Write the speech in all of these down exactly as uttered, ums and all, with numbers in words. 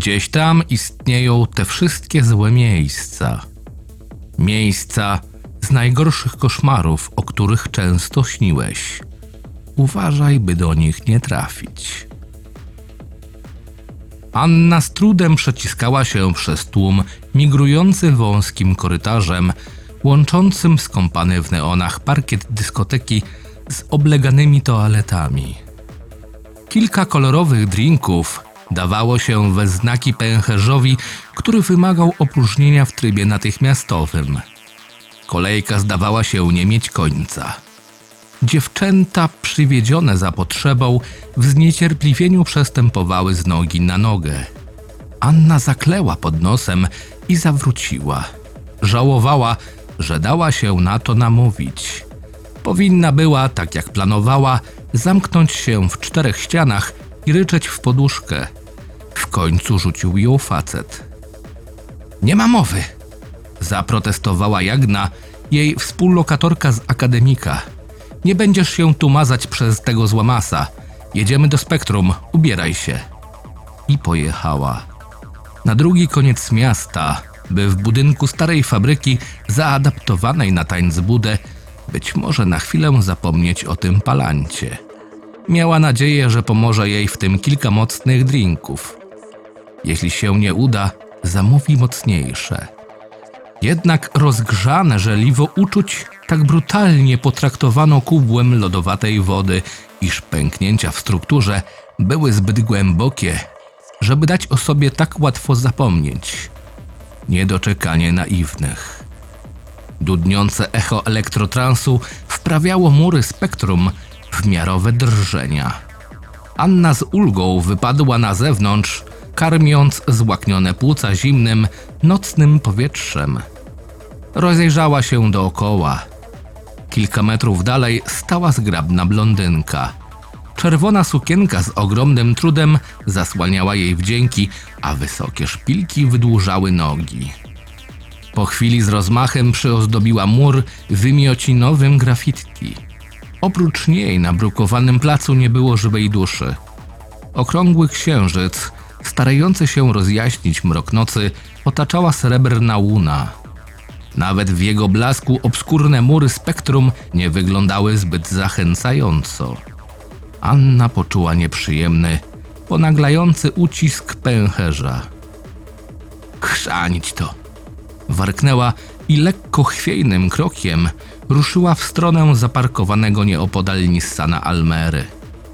Gdzieś tam istnieją te wszystkie złe miejsca. Miejsca z najgorszych koszmarów, o których często śniłeś. Uważaj, by do nich nie trafić. Anna z trudem przeciskała się przez tłum migrujący wąskim korytarzem, łączącym skąpany w neonach parkiet dyskoteki z obleganymi toaletami. Kilka kolorowych drinków dawało się we znaki pęcherzowi, który wymagał opróżnienia w trybie natychmiastowym. Kolejka zdawała się nie mieć końca. Dziewczęta, przywiedzione za potrzebą, w zniecierpliwieniu przestępowały z nogi na nogę. Anna zakleła pod nosem i zawróciła. Żałowała, że dała się na to namówić. Powinna była, tak jak planowała, zamknąć się w czterech ścianach i ryczeć w poduszkę. W końcu rzucił ją facet. Nie ma mowy! Zaprotestowała Jagna, jej współlokatorka z akademika. Nie będziesz się tu mazać przez tego złamasa. Jedziemy do Spektrum, ubieraj się. I pojechała. Na drugi koniec miasta, by w budynku starej fabryki zaadaptowanej na tańcbudę być może na chwilę zapomnieć o tym palancie. Miała nadzieję, że pomoże jej w tym kilka mocnych drinków. Jeśli się nie uda, zamówi mocniejsze. Jednak rozgrzane żeliwo uczuć tak brutalnie potraktowano kubłem lodowatej wody, iż pęknięcia w strukturze były zbyt głębokie, żeby dać o sobie tak łatwo zapomnieć. Niedoczekanie naiwnych. Dudniące echo elektrotransu wprawiało mury Spektrum w miarowe drżenia. Anna z ulgą wypadła na zewnątrz, karmiąc złaknione płuca zimnym, nocnym powietrzem. Rozejrzała się dookoła. Kilka metrów dalej stała zgrabna blondynka. Czerwona sukienka z ogromnym trudem zasłaniała jej wdzięki, a wysokie szpilki wydłużały nogi. Po chwili z rozmachem przyozdobiła mur wymiocinowym graffiti. Oprócz niej na brukowanym placu nie było żywej duszy. Okrągły księżyc, starający się rozjaśnić mrok nocy, otaczała srebrna łuna. Nawet w jego blasku obskurne mury Spektrum nie wyglądały zbyt zachęcająco. Anna poczuła nieprzyjemny, ponaglający ucisk pęcherza. Chrzanić to! Warknęła i lekko chwiejnym krokiem ruszyła w stronę zaparkowanego nieopodal Nissana Almery.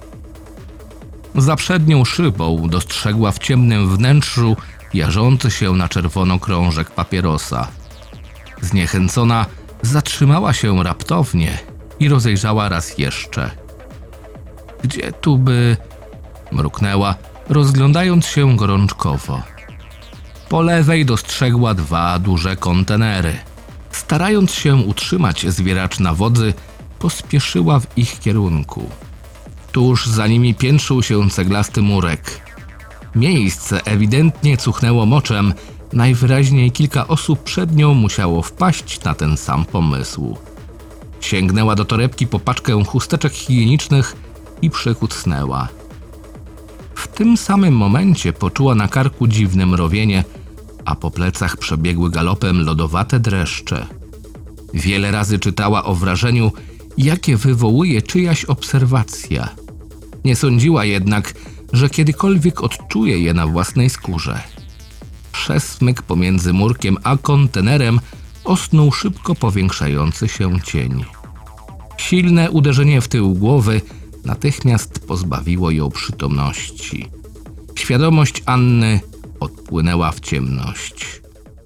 Za przednią szybą dostrzegła w ciemnym wnętrzu jarzący się na czerwono krążek papierosa. Zniechęcona zatrzymała się raptownie i rozejrzała raz jeszcze. Gdzie tu by... mruknęła, rozglądając się gorączkowo. Po lewej dostrzegła dwa duże kontenery. Starając się utrzymać zwieracz na wodzy, pospieszyła w ich kierunku. Tuż za nimi piętrzył się ceglasty murek. Miejsce ewidentnie cuchnęło moczem, najwyraźniej kilka osób przed nią musiało wpaść na ten sam pomysł. Sięgnęła do torebki po paczkę chusteczek higienicznych i przykucnęła. W tym samym momencie poczuła na karku dziwne mrowienie, a po plecach przebiegły galopem lodowate dreszcze. Wiele razy czytała o wrażeniu, jakie wywołuje czyjaś obserwacja. Nie sądziła jednak, że kiedykolwiek odczuje je na własnej skórze. Przesmyk pomiędzy murkiem a kontenerem osnął szybko powiększający się cień. Silne uderzenie w tył głowy natychmiast pozbawiło ją przytomności. Świadomość Anny odpłynęła w ciemność.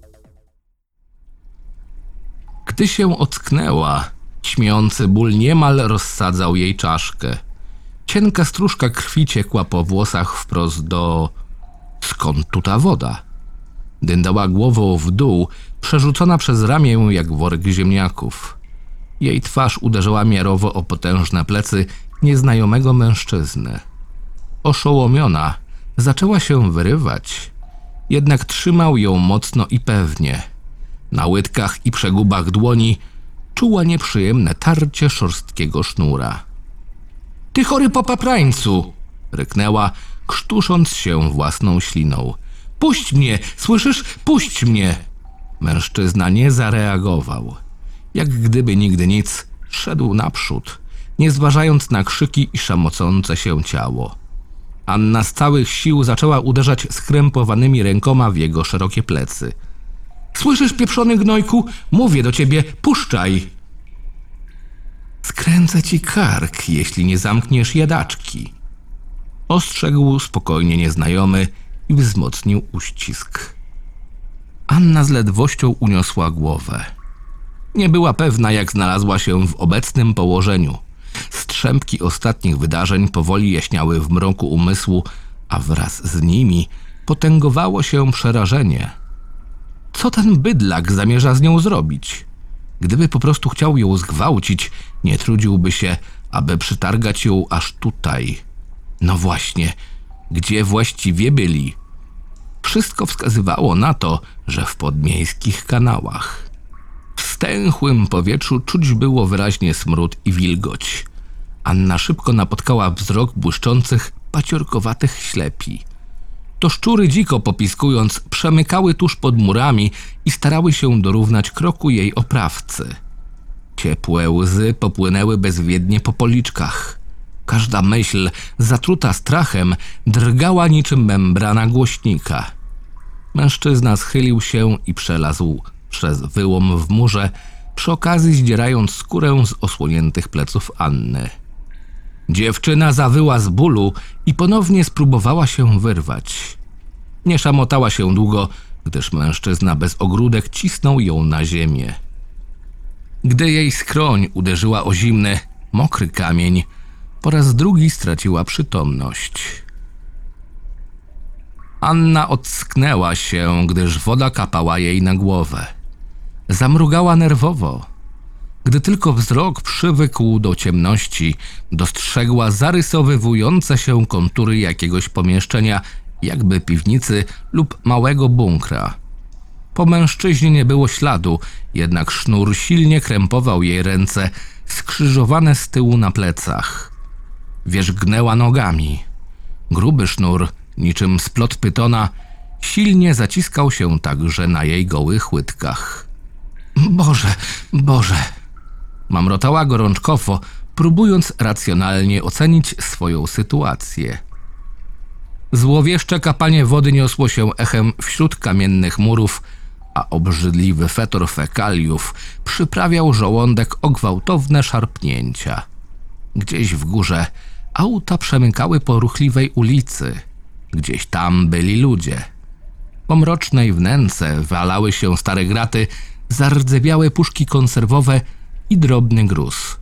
Gdy się ocknęła, ćmiący ból niemal rozsadzał jej czaszkę. Cienka stróżka krwi ciekła po włosach wprost do... Skąd tu ta woda? Dyndała głową w dół, przerzucona przez ramię jak worek ziemniaków. Jej twarz uderzyła miarowo o potężne plecy nieznajomego mężczyzny. Oszołomiona, zaczęła się wyrywać, jednak trzymał ją mocno i pewnie. Na łydkach i przegubach dłoni czuła nieprzyjemne tarcie szorstkiego sznura. — Ty chory popaprańcu! — ryknęła, krztusząc się własną śliną. — Puść mnie! Słyszysz? Puść mnie! Mężczyzna nie zareagował. Jak gdyby nigdy nic, szedł naprzód, nie zważając na krzyki i szamocące się ciało. Anna z całych sił zaczęła uderzać skrępowanymi rękoma w jego szerokie plecy. Słyszysz, pieprzony gnojku? Mówię do ciebie, puszczaj! Skręcę ci kark, jeśli nie zamkniesz jadaczki. Ostrzegł spokojnie nieznajomy i wzmocnił uścisk. Anna z ledwością uniosła głowę. Nie była pewna, jak znalazła się w obecnym położeniu. Strzępki ostatnich wydarzeń powoli jaśniały w mroku umysłu, a wraz z nimi potęgowało się przerażenie. Co ten bydlak zamierza z nią zrobić? Gdyby po prostu chciał ją zgwałcić, nie trudziłby się, aby przytargać ją aż tutaj. No właśnie, gdzie właściwie byli? Wszystko wskazywało na to, że w podmiejskich kanałach. W stęchłym powietrzu czuć było wyraźnie smród i wilgoć. Anna szybko napotkała wzrok błyszczących, paciorkowatych ślepi. To szczury dziko popiskując przemykały tuż pod murami i starały się dorównać kroku jej oprawcy. Ciepłe łzy popłynęły bezwiednie po policzkach. Każda myśl, zatruta strachem, drgała niczym membrana głośnika. Mężczyzna schylił się i przelazł przez wyłom w murze, przy okazji zdzierając skórę z osłoniętych pleców Anny. Dziewczyna zawyła z bólu i ponownie spróbowała się wyrwać. Nie szamotała się długo, gdyż mężczyzna bez ogródek cisnął ją na ziemię. Gdy jej skroń uderzyła o zimny, mokry kamień, po raz drugi straciła przytomność. Anna ocknęła się, gdyż woda kapała jej na głowę. Zamrugała nerwowo. Gdy tylko wzrok przywykł do ciemności, dostrzegła zarysowywujące się kontury jakiegoś pomieszczenia, jakby piwnicy lub małego bunkra. Po mężczyźnie nie było śladu, jednak sznur silnie krępował jej ręce, skrzyżowane z tyłu na plecach. Wierzgnęła nogami. Gruby sznur, niczym splot pytona, silnie zaciskał się także na jej gołych łydkach. Boże, Boże! Mamrotała gorączkowo, próbując racjonalnie ocenić swoją sytuację. Złowieszcze kapanie wody niosło się echem wśród kamiennych murów, a obrzydliwy fetor fekaliów przyprawiał żołądek o gwałtowne szarpnięcia. Gdzieś w górze auta przemykały po ruchliwej ulicy. Gdzieś tam byli ludzie. Po mrocznej wnęce walały się stare graty, zardzewiałe puszki konserwowe i drobny gruz.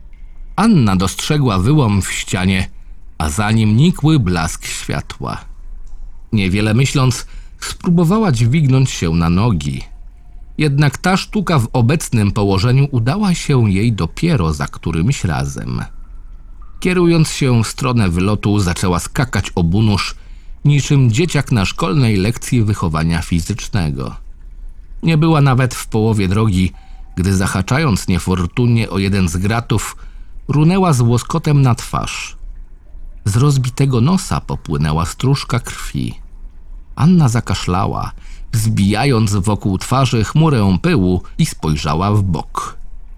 Anna dostrzegła wyłom w ścianie, a za nim nikły blask światła. Niewiele myśląc, spróbowała dźwignąć się na nogi. Jednak ta sztuka w obecnym położeniu udała się jej dopiero za którymś razem. Kierując się w stronę wylotu, zaczęła skakać obunóż, niczym dzieciak na szkolnej lekcji wychowania fizycznego. Nie była nawet w połowie drogi, gdy zahaczając niefortunnie o jeden z gratów, runęła z łoskotem na twarz. Z rozbitego nosa popłynęła stróżka krwi. Anna zakaszlała, wzbijając wokół twarzy chmurę pyłu i spojrzała w bok.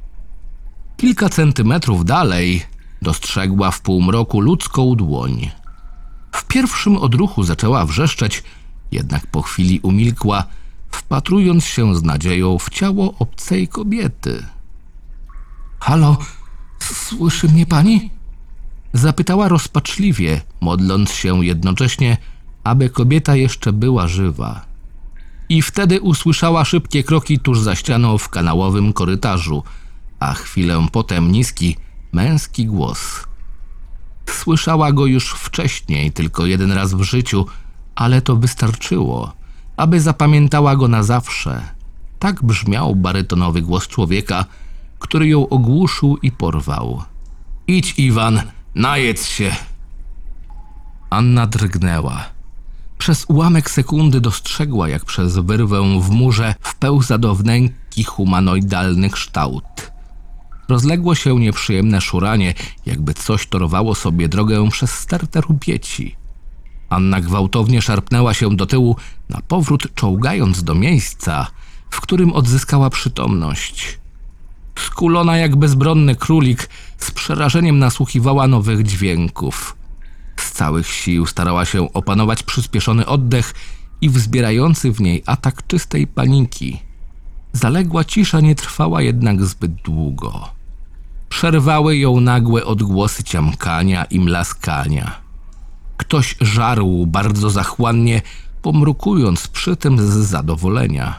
Kilka centymetrów dalej dostrzegła w półmroku ludzką dłoń. W pierwszym odruchu zaczęła wrzeszczeć, jednak po chwili umilkła, wpatrując się z nadzieją w ciało obcej kobiety. Halo, słyszy mnie pani? Zapytała rozpaczliwie, modląc się jednocześnie, aby kobieta jeszcze była żywa. I wtedy usłyszała szybkie kroki tuż za ścianą w kanałowym korytarzu, a chwilę potem niski, męski głos. Słyszała go już wcześniej, tylko jeden raz w życiu, ale to wystarczyło, aby zapamiętała go na zawsze. Tak brzmiał barytonowy głos człowieka, który ją ogłuszył i porwał. Idź, Iwan, najedz się! Anna drgnęła. Przez ułamek sekundy dostrzegła, jak przez wyrwę w murze wpełza do wnęki humanoidalny kształt. Rozległo się nieprzyjemne szuranie, jakby coś torowało sobie drogę przez starte rupieci. Anna gwałtownie szarpnęła się do tyłu, na powrót czołgając do miejsca, w którym odzyskała przytomność. Skulona jak bezbronny królik, z przerażeniem nasłuchiwała nowych dźwięków. Z całych sił starała się opanować przyspieszony oddech i wzbierający w niej atak czystej paniki. Zaległa cisza nie trwała jednak zbyt długo. Przerwały ją nagłe odgłosy ciamkania i mlaskania. Ktoś żarł bardzo zachłannie, pomrukując przy tym z zadowolenia.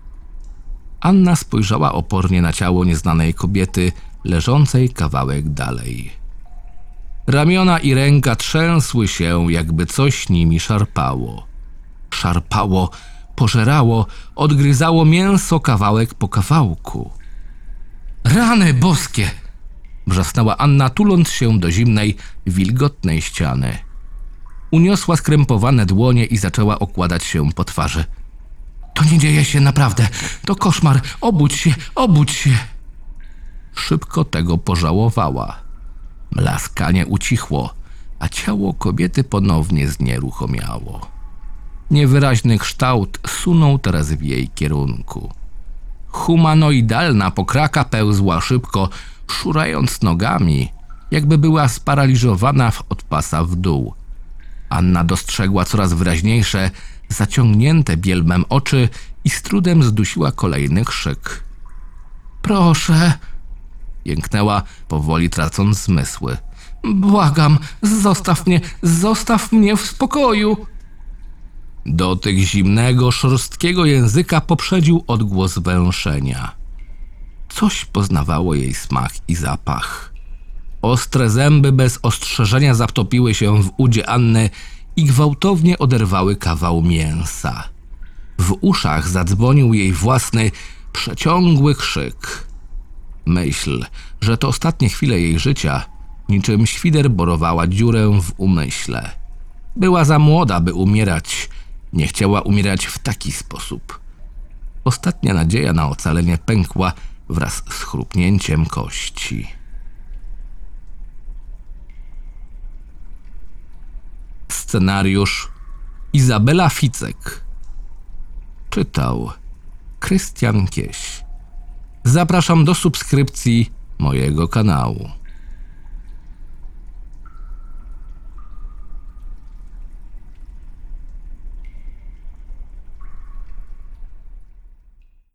Anna spojrzała opornie na ciało nieznanej kobiety, leżącej kawałek dalej. Ramiona i ręka trzęsły się, jakby coś nimi szarpało. Szarpało, pożerało, odgryzało mięso kawałek po kawałku. Rany boskie! Wrzasnęła Anna, tuląc się do zimnej, wilgotnej ściany. Uniosła skrępowane dłonie i zaczęła okładać się po twarzy. To nie dzieje się naprawdę. To koszmar. Obudź się, obudź się. Szybko tego pożałowała. Mlaskanie ucichło, a ciało kobiety ponownie znieruchomiało. Niewyraźny kształt sunął teraz w jej kierunku. Humanoidalna pokraka pełzła szybko, szurając nogami, jakby była sparaliżowana od pasa w dół. Anna dostrzegła coraz wyraźniejsze, zaciągnięte bielmem oczy i z trudem zdusiła kolejny krzyk. Proszę! Jęknęła, powoli tracąc zmysły. Błagam, zostaw mnie, zostaw mnie w spokoju! Dotyk zimnego, szorstkiego języka poprzedził odgłos węszenia. Coś poznawało jej smak i zapach. Ostre zęby bez ostrzeżenia zatopiły się w udzie Anny i gwałtownie oderwały kawał mięsa. W uszach zadzwonił jej własny, przeciągły krzyk. Myśl, że to ostatnie chwile jej życia, niczym świder borowała dziurę w umyśle. Była za młoda, by umierać. Nie chciała umierać w taki sposób. Ostatnia nadzieja na ocalenie pękła wraz z chrupnięciem kości. Scenariusz Izabela Ficek. Czytał Krystian Kieś. Zapraszam do subskrypcji mojego kanału.